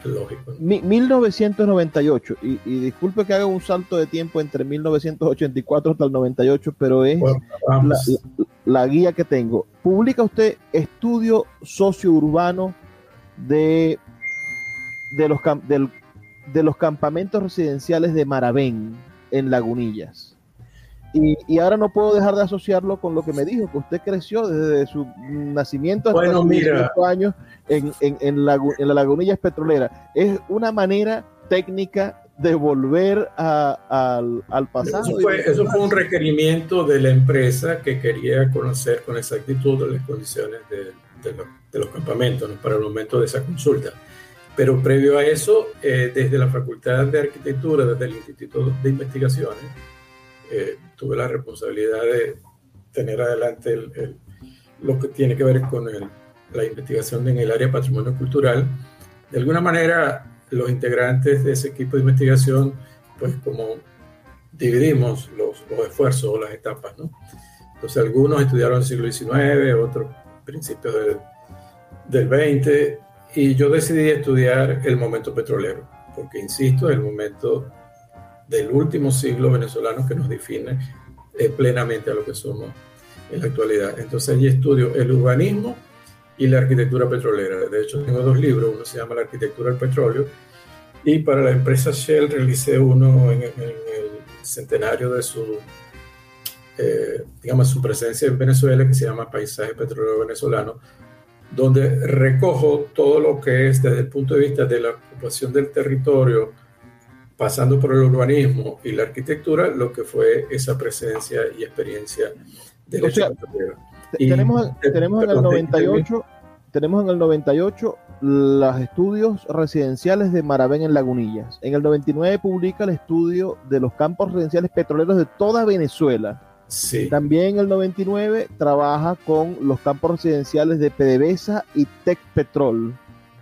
Speaker 3: lógico, ¿no?
Speaker 2: Mi, mil novecientos noventa y ocho, y, y disculpe que haga un salto de tiempo entre mil novecientos ochenta y cuatro hasta el noventa y ocho, pero es
Speaker 3: Bueno,
Speaker 2: la, la, la guía que tengo. Publica usted Estudio Socio-Urbano de, de, los, del, de los campamentos residenciales de Maravén en Lagunillas. Y, y ahora no puedo dejar de asociarlo con lo que me dijo, que usted creció desde su nacimiento hasta
Speaker 3: bueno,
Speaker 2: sus
Speaker 3: mira,
Speaker 2: dieciocho años en, en, en, Lagu, en la Lagunillas Petrolera. Es una manera técnica de volver a, a, al, al pasado.
Speaker 3: Eso fue, eso fue un requerimiento de la empresa que quería conocer con exactitud las condiciones de, de, lo, de los campamentos, ¿no?, para el momento de esa consulta. Pero previo a eso, eh, desde la Facultad de Arquitectura, desde el Instituto de Investigaciones, Eh, tuve la responsabilidad de tener adelante el, el, lo que tiene que ver con el, la investigación en el área de patrimonio cultural. De alguna manera, los integrantes de ese equipo de investigación, pues como dividimos los, los esfuerzos o las etapas, ¿no? Entonces, algunos estudiaron el siglo diecinueve, otros principios del, del veinte, y yo decidí estudiar el momento petrolero, porque, insisto, el momento del último siglo venezolano que nos define eh, plenamente a lo que somos en la actualidad. Entonces allí estudio el urbanismo y la arquitectura petrolera. De hecho, tengo dos libros, uno se llama La arquitectura del petróleo, y para la empresa Shell realicé uno en, en el centenario de su, eh, digamos, su presencia en Venezuela, que se llama Paisaje Petrolero Venezolano, donde recojo todo lo que es desde el punto de vista de la ocupación del territorio, pasando por el urbanismo y la arquitectura, lo que fue esa presencia y experiencia del hecho petrolero.
Speaker 2: Tenemos, tenemos en el noventa y ocho, tenemos en el noventa y ocho los estudios residenciales de Maravén en Lagunillas. En el noventa y nueve publica el estudio de los campos residenciales petroleros de toda Venezuela.
Speaker 3: Sí.
Speaker 2: También en el noventa y nueve trabaja con los campos residenciales de PDVSA y Tecpetrol.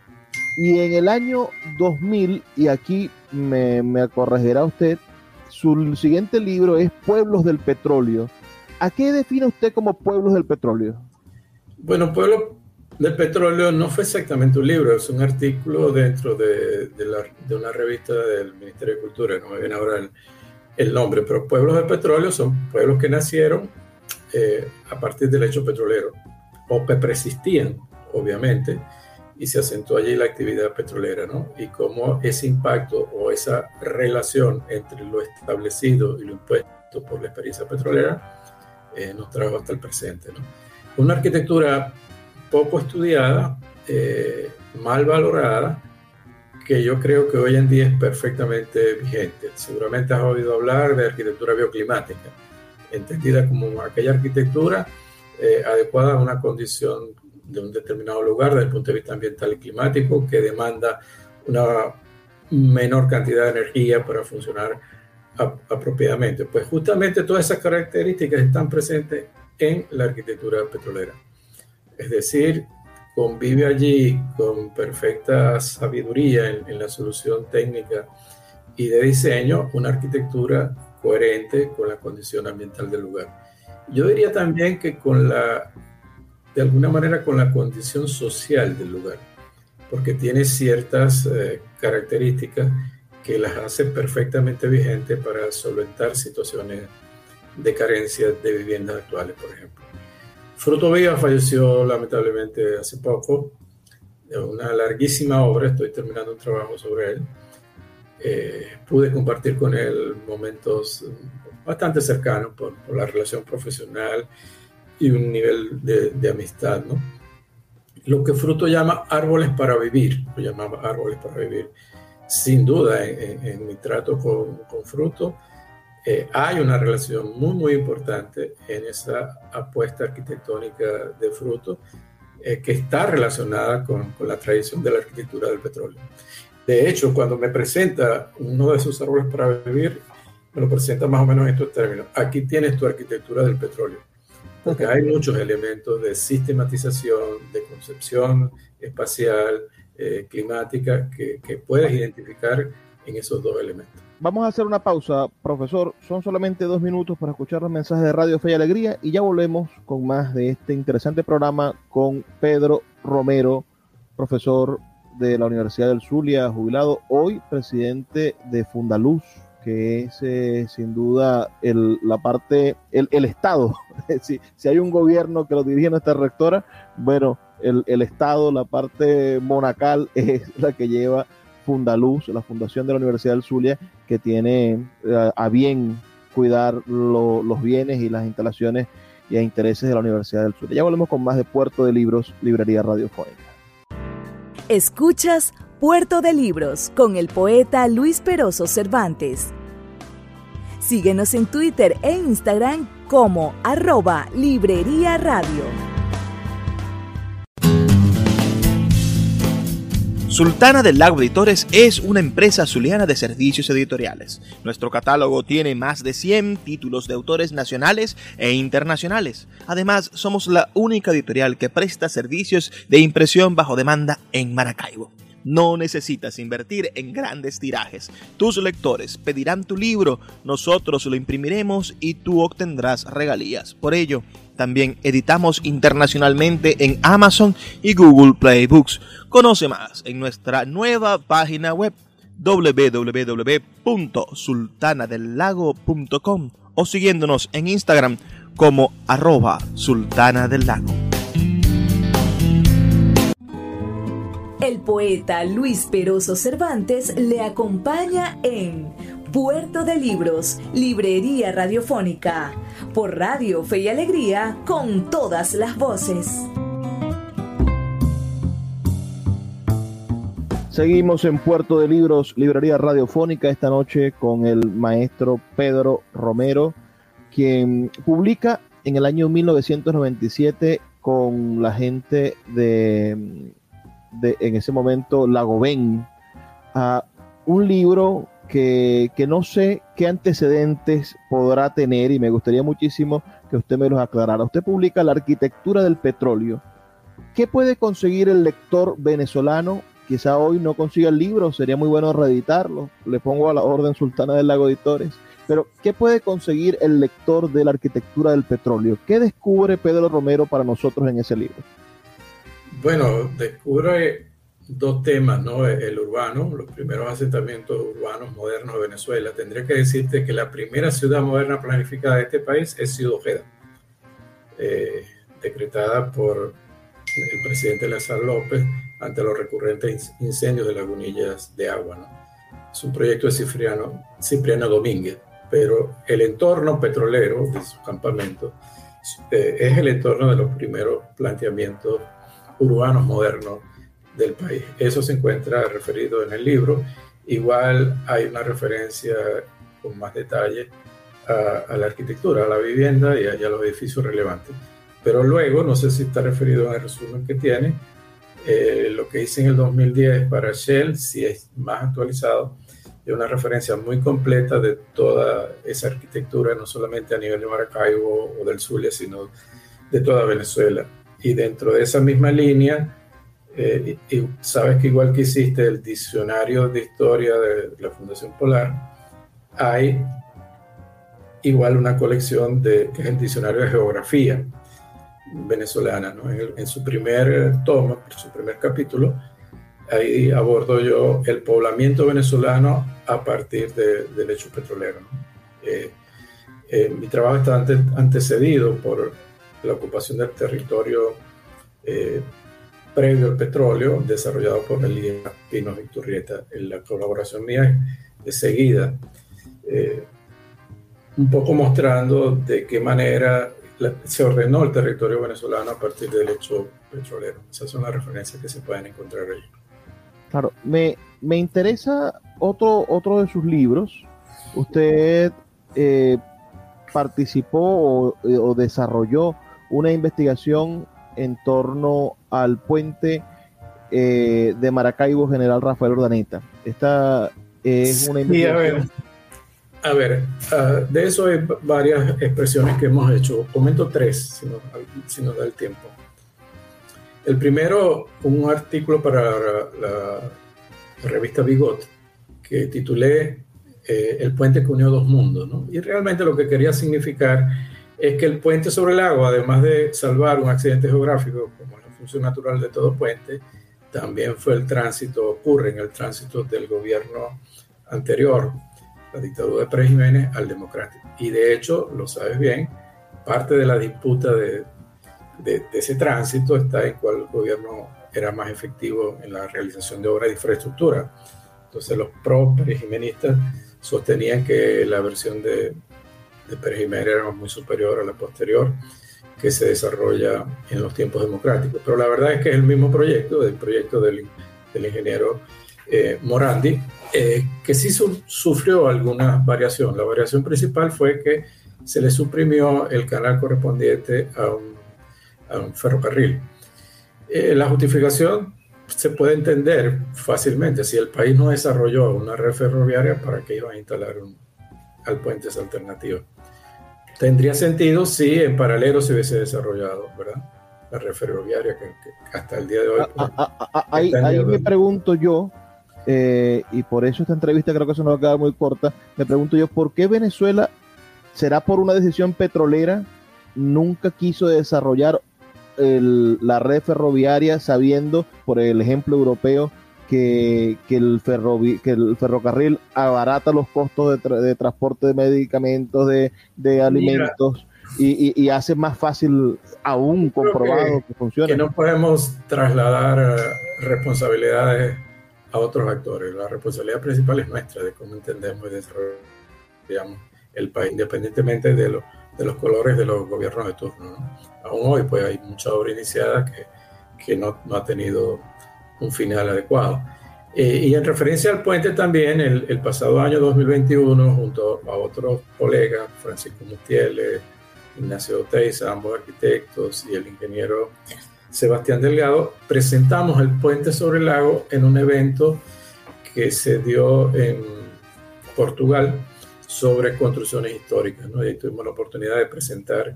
Speaker 2: Y en el año dos mil, y aquí me, me corregirá usted, su siguiente libro es Pueblos del Petróleo. ¿A qué define usted como Pueblos del Petróleo?
Speaker 3: Bueno, Pueblos del Petróleo no fue exactamente un libro, es un artículo dentro de, de, la, de una revista del Ministerio de Cultura, no me viene ahora el, el nombre, pero Pueblos del Petróleo son pueblos que nacieron eh, a partir del hecho petrolero, o que persistían, obviamente, y se asentó allí la actividad petrolera, ¿no? Y cómo ese impacto o esa relación entre lo establecido y lo impuesto por la experiencia petrolera eh, nos trajo hasta el presente, ¿no? Una arquitectura poco estudiada, eh, mal valorada, que yo creo que hoy en día es perfectamente vigente. Seguramente has oído hablar de arquitectura bioclimática, entendida como aquella arquitectura eh, adecuada a una condición de un determinado lugar desde el punto de vista ambiental y climático, que demanda una menor cantidad de energía para funcionar a, apropiadamente. Pues justamente todas esas características están presentes en la arquitectura petrolera. Es decir, convive allí con perfecta sabiduría en, en la solución técnica y de diseño una arquitectura coherente con la condición ambiental del lugar. Yo diría también que con la de alguna manera con la condición social del lugar, porque tiene ciertas eh, características que las hacen perfectamente vigentes para solventar situaciones de carencia de viviendas actuales, por ejemplo. Fruto Vivas falleció lamentablemente hace poco, de una larguísima obra, estoy terminando un trabajo sobre él. Eh, pude compartir con él momentos bastante cercanos por, por la relación profesional y un nivel de, de amistad, ¿no? Lo que Fruto llama árboles para vivir, lo llamaba árboles para vivir. Sin duda, en, en, en mi trato con, con Fruto, eh, hay una relación muy, muy importante en esa apuesta arquitectónica de Fruto, eh, que está relacionada con, con la tradición de la arquitectura del petróleo. De hecho, cuando me presenta uno de sus árboles para vivir, me lo presenta más o menos en estos términos. Aquí tienes tu arquitectura del petróleo. Porque hay muchos elementos de sistematización, de concepción espacial, eh, climática, que, que puedes identificar en esos dos elementos.
Speaker 2: Vamos a hacer una pausa, profesor. Son solamente dos minutos para escuchar los mensajes de Radio Fe y Alegría y ya volvemos con más de este interesante programa con Pedro Romero, profesor de la Universidad del Zulia, jubilado, hoy presidente de Fundaluz, que es eh, sin duda el, la parte, el, el Estado. si, si hay un gobierno que lo dirige nuestra rectora, bueno, el, el Estado, la parte monacal es la que lleva Fundaluz, la fundación de la Universidad del Zulia, que tiene eh, a bien cuidar lo, los bienes y las instalaciones y a intereses de la Universidad del Zulia. Ya volvemos con más de Puerto de Libros, Librería Radiofónica.
Speaker 1: Escuchas Puerto de Libros con el poeta Luis Peroso Cervantes. Síguenos en Twitter e Instagram como arroba Librería Radio.
Speaker 4: Sultana del Lago Editores es una empresa zuliana de servicios editoriales. Nuestro catálogo tiene más de cien títulos de autores nacionales e internacionales. Además, somos la única editorial que presta servicios de impresión bajo demanda en Maracaibo. No necesitas invertir en grandes tirajes. Tus lectores pedirán tu libro, nosotros lo imprimiremos y tú obtendrás regalías. Por ello, también editamos internacionalmente en Amazon y Google Play Books. Conoce más en nuestra nueva página web doble u doble u doble u punto sultana del lago punto com o siguiéndonos en Instagram como arroba sultana del lago.
Speaker 1: El poeta Luis Peroso Cervantes le acompaña en Puerto de Libros, Librería Radiofónica, por Radio Fe y Alegría, con todas las voces.
Speaker 2: Seguimos en Puerto de Libros, Librería Radiofónica, esta noche con el maestro Pedro Romero, quien publica en el año mil novecientos noventa y siete con la gente de... De, en ese momento Lagobén, uh, un libro que, que no sé qué antecedentes podrá tener y me gustaría muchísimo que usted me los aclarara. Usted publica La arquitectura del petróleo. ¿Qué puede conseguir el lector venezolano? Quizá hoy no consiga el libro, sería muy bueno reeditarlo. Le pongo a la orden Sultana del Lago Editores. Pero, ¿qué puede conseguir el lector de La arquitectura del petróleo? ¿Qué descubre Pedro Romero para nosotros en ese libro?
Speaker 3: Bueno, descubre dos temas, ¿no? El urbano, los primeros asentamientos urbanos modernos de Venezuela. Tendría que decirte que la primera ciudad moderna planificada de este país es Ciudad Ojeda, eh, decretada por el presidente Lázaro López ante los recurrentes incendios de lagunillas de agua, ¿no? Es un proyecto de Cipriano, Cipriano Domínguez, pero el entorno petrolero de su campamento eh, es el entorno de los primeros planteamientos urbanos modernos del país. Eso se encuentra referido en el libro. Igual hay una referencia con más detalle a, a la arquitectura, a la vivienda y a, y a los edificios relevantes. Pero luego, no sé si está referido en el resumen que tiene, eh, lo que hice en el dos mil diez para Shell, si es más actualizado, es una referencia muy completa de toda esa arquitectura, no solamente a nivel de Maracaibo o del Zulia, sino de toda Venezuela. Y dentro de esa misma línea, eh, y, y sabes que igual que hiciste el diccionario de historia de la Fundación Polar, hay igual una colección de, que es el diccionario de geografía venezolana, ¿no? En, el, en su primer tomo, su primer capítulo, ahí abordo yo el poblamiento venezolano a partir de, del hecho petrolero, ¿no? Eh, eh, mi trabajo está ante, antecedido por la ocupación del territorio eh, previo al petróleo, desarrollado por Elías Pinos Iturrieta. En la colaboración mía es seguida, eh, un poco mostrando de qué manera la, se ordenó el territorio venezolano a partir del hecho petrolero. Esas son las referencias que se pueden encontrar ahí.
Speaker 2: Claro, me, me interesa otro, otro de sus libros. Usted eh, participó o, o desarrolló una investigación en torno al puente eh, de Maracaibo General Rafael Urdaneta. Esta es una investigación...
Speaker 3: Sí, a ver, a ver uh, de eso hay varias expresiones que hemos hecho. Comento tres, si nos, si nos da el tiempo. El primero, un artículo para la, la, la revista Bigot, que titulé eh, El puente que unió dos mundos, ¿no? Y realmente lo que quería significar es que el puente sobre el agua, además de salvar un accidente geográfico, como es la función natural de todo puente, también fue el tránsito, ocurre en el tránsito del gobierno anterior, la dictadura de Pérez Jiménez, al democrático. Y de hecho, lo sabes bien, parte de la disputa de, de, de ese tránsito está en cuál gobierno era más efectivo en la realización de obras de infraestructura. Entonces los pro-perejimenistas sostenían que la versión de, de Pérez Jiménez era muy superior a la posterior, que se desarrolla en los tiempos democráticos. Pero la verdad es que es el mismo proyecto, el proyecto del, del ingeniero eh, Morandi, eh, que sí su, sufrió alguna variación. La variación principal fue que se le suprimió el canal correspondiente a un, a un ferrocarril. Eh, la justificación se puede entender fácilmente. Si el país no desarrolló una red ferroviaria, ¿para qué iban a instalar un, al puente esa alternativa? Tendría sentido si en paralelo se hubiese desarrollado, ¿verdad?, la red ferroviaria que, que hasta el día de hoy. Pues,
Speaker 2: a, a, a, ahí ahí me pregunto yo, eh, y por eso esta entrevista creo que se nos va a quedar muy corta, me pregunto yo, ¿por qué Venezuela, será por una decisión petrolera, nunca quiso desarrollar el, la red ferroviaria, sabiendo, por el ejemplo europeo, que, que, el, ferrovi, que el ferrocarril abarata los costos de, tra, de transporte de medicamentos, de, de alimentos, y, y, y hace más fácil, aún comprobado, que,
Speaker 3: que
Speaker 2: funciona?
Speaker 3: Que no podemos trasladar responsabilidades a otros actores. La responsabilidad principal es nuestra, de cómo entendemos y desarrollamos el país, independientemente de, lo, de los colores de los gobiernos de turno, ¿no? Aún hoy pues hay mucha obra iniciada que, que no, no ha tenido un final adecuado. Eh, y en referencia al puente también, el, el pasado año dos mil veintiuno, junto a otros colegas, Francisco Mustiele, Ignacio Oteiza, ambos arquitectos, y el ingeniero Sebastián Delgado, presentamos el puente sobre el lago en un evento que se dio en Portugal sobre construcciones históricas, ¿no? Y tuvimos la oportunidad de presentar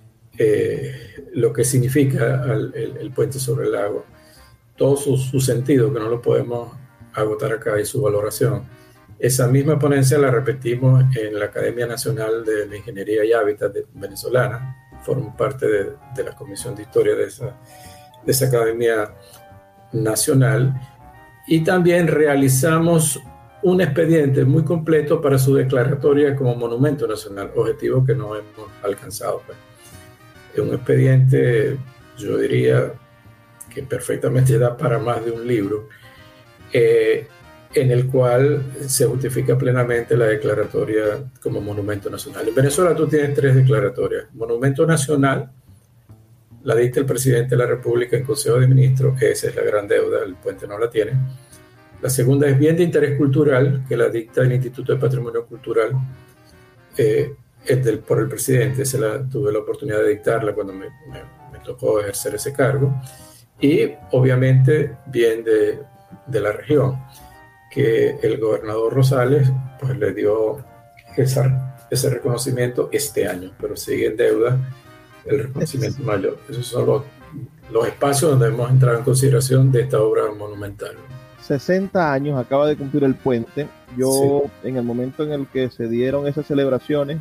Speaker 3: eh, lo que significa el, el, el puente sobre el lago, todo su, su sentido, que no lo podemos agotar acá, y su valoración. Esa misma ponencia la repetimos en la Academia Nacional de la Ingeniería y Hábitat de, venezolana. Formo parte de, de la Comisión de Historia de esa, de esa Academia Nacional. Y también realizamos un expediente muy completo para su declaratoria como monumento nacional, objetivo que no hemos alcanzado. Pues. Es un expediente, yo diría, que perfectamente da para más de un libro, eh, en el cual se justifica plenamente la declaratoria como monumento nacional. En Venezuela tú tienes tres declaratorias. Monumento nacional, la dicta el presidente de la República en Consejo de Ministros, que esa es la gran deuda, el puente no la tiene. La segunda es bien de interés cultural, que la dicta el Instituto de Patrimonio Cultural, eh, es del, por el presidente. Se la, tuve la oportunidad de dictarla cuando me, me, me tocó ejercer ese cargo. Y obviamente bien de, de la región, que el gobernador Rosales pues le dio esa, ese reconocimiento este año, pero sigue en deuda el reconocimiento mayor. Esos son los, los espacios donde hemos entrado en consideración de esta obra monumental.
Speaker 2: sesenta años acaba de cumplir el puente. Yo, sí, en el momento en el que se dieron esas celebraciones,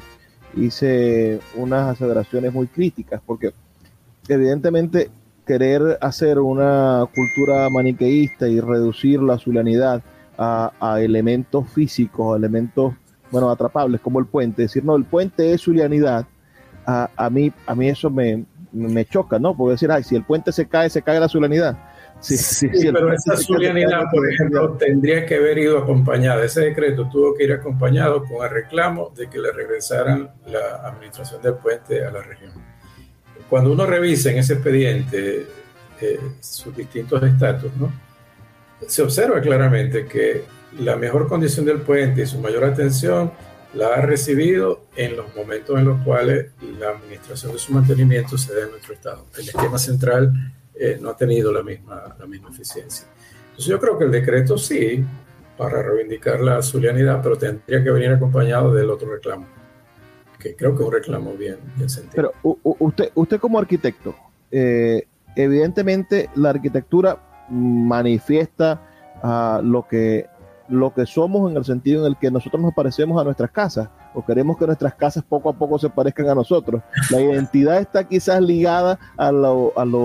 Speaker 2: hice unas aseveraciones muy críticas, porque evidentemente querer hacer una cultura maniqueísta y reducir la zulianidad a, a elementos físicos, a elementos, bueno, atrapables como el puente, decir, no, el puente es zulianidad, a, a, mí, a mí eso me, me choca, ¿no? Porque decir, ay, si el puente se cae, se cae la zulianidad. Sí, sí,
Speaker 3: sí,
Speaker 2: sí,
Speaker 3: pero esa zulianidad, por ejemplo, tendría que haber ido acompañada. Ese decreto tuvo que ir acompañado con el reclamo de que le regresaran la administración del puente a la región. Cuando uno revisa en ese expediente eh, sus distintos estatus, ¿no?, se observa claramente que la mejor condición del puente y su mayor atención la ha recibido en los momentos en los cuales la administración de su mantenimiento se da en nuestro estado. El esquema central eh, no ha tenido la misma, la misma eficiencia. Entonces yo creo que el decreto sí, para reivindicar la zulianidad, pero tendría que venir acompañado del otro reclamo, que creo que es un reclamo bien, bien sentido.
Speaker 2: Pero u, u, usted, usted como arquitecto, eh, evidentemente la arquitectura manifiesta uh, lo que lo que somos, en el sentido en el que nosotros nos parecemos a nuestras casas, o queremos que nuestras casas poco a poco se parezcan a nosotros. La identidad está quizás ligada a lo, a lo,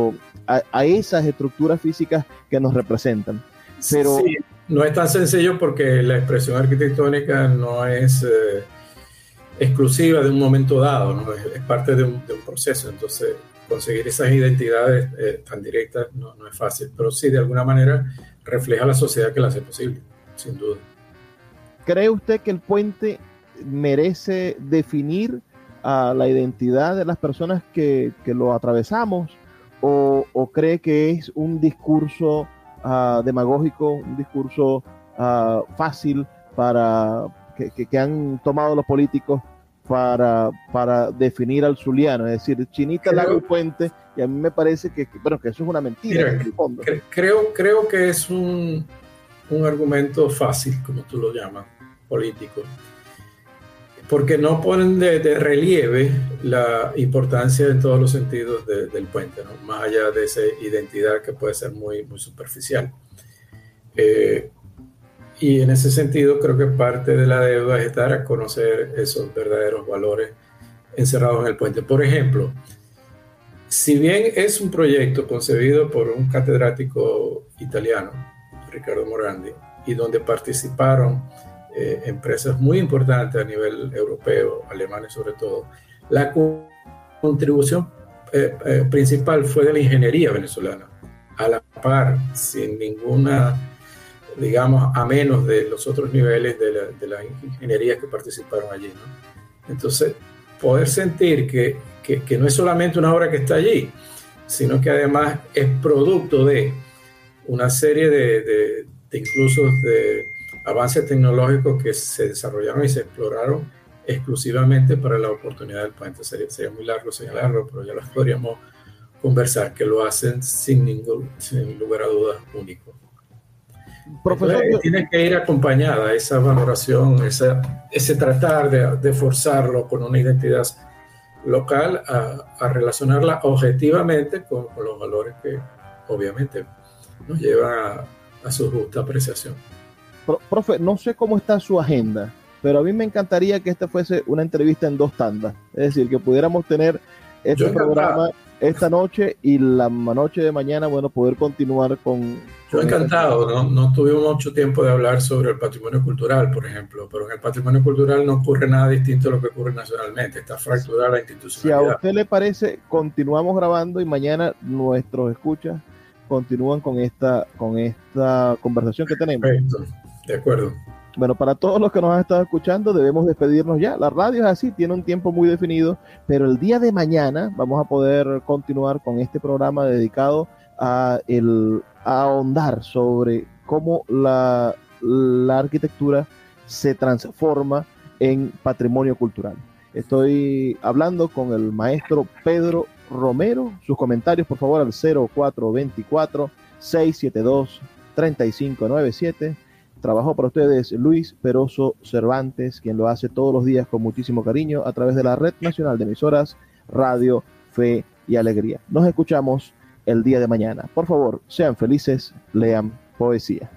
Speaker 2: a, a esas estructuras físicas que nos representan. Pero
Speaker 3: sí, no es tan sencillo porque la expresión arquitectónica no es eh, exclusiva de un momento dado, ¿no? es, es parte de un, de un proceso, entonces conseguir esas identidades eh, tan directas no, no es fácil, pero sí de alguna manera refleja la sociedad que la hace posible, sin duda.
Speaker 2: ¿Cree usted que el puente merece definir a la identidad de las personas que, que lo atravesamos, o, o cree que es un discurso uh, demagógico, un discurso uh, fácil para que, que, que han tomado los políticos para, para definir al zuliano? Es decir, Chinita, creo, Lago y Puente, y a mí me parece que, que, bueno, que eso es una mentira.
Speaker 3: Mira, en el fondo. Cre- creo, creo que es un, un argumento fácil, como tú lo llamas, político, porque no ponen de, de relieve la importancia en todos los sentidos de, del puente, ¿no? Más allá de esa identidad que puede ser muy, muy superficial. Eh, y en ese sentido creo que parte de la deuda es dar a conocer esos verdaderos valores encerrados en el puente. Por ejemplo, si bien es un proyecto concebido por un catedrático italiano, Riccardo Morandi, y donde participaron Eh, empresas muy importantes a nivel europeo, alemanes sobre todo, la co- contribución eh, eh, principal fue de la ingeniería venezolana, a la par, sin ninguna, digamos, a menos de los otros niveles de la, de la ingeniería que participaron allí, ¿no? Entonces, poder sentir que, que, que no es solamente una obra que está allí, sino que además es producto de una serie de, de, de incluso de avances tecnológicos que se desarrollaron y se exploraron exclusivamente para la oportunidad del puente. Sería, sería muy largo señalarlo, pero ya lo podríamos conversar, que lo hacen sin ningún, sin lugar a dudas, único. Profesor, Entonces, tiene que ir acompañada esa valoración, esa, ese tratar de, de forzarlo con una identidad local a, a relacionarla objetivamente con, con los valores que obviamente nos llevan a, a su justa apreciación.
Speaker 2: Profe, no sé cómo está su agenda, pero a mí me encantaría que esta fuese una entrevista en dos tandas. Es decir, que pudiéramos tener este programa esta noche y la noche de mañana, bueno, poder continuar con...
Speaker 3: Yo encantado, ¿no? No tuvimos mucho tiempo de hablar sobre el patrimonio cultural, por ejemplo, pero en el patrimonio cultural no ocurre nada distinto a lo que ocurre nacionalmente, está fracturada la institucionalidad.
Speaker 2: Si a usted le parece, continuamos grabando y mañana nuestros escuchas continúan con esta, con esta conversación que tenemos.
Speaker 3: Perfecto. De acuerdo.
Speaker 2: Bueno, para todos los que nos han estado escuchando, debemos despedirnos ya. La radio es así, tiene un tiempo muy definido, pero el día de mañana vamos a poder continuar con este programa dedicado a, el, a ahondar sobre cómo la, la arquitectura se transforma en patrimonio cultural. Estoy hablando con el maestro Pedro Romero. Sus comentarios, por favor, al cero cuatro dos cuatro, seis siete dos, tres cinco nueve siete. Trabajó para ustedes Luis Peroso Cervantes, quien lo hace todos los días con muchísimo cariño a través de la Red Nacional de Emisoras Radio, Fe y Alegría. Nos escuchamos el día de mañana. Por favor, sean felices, lean poesía.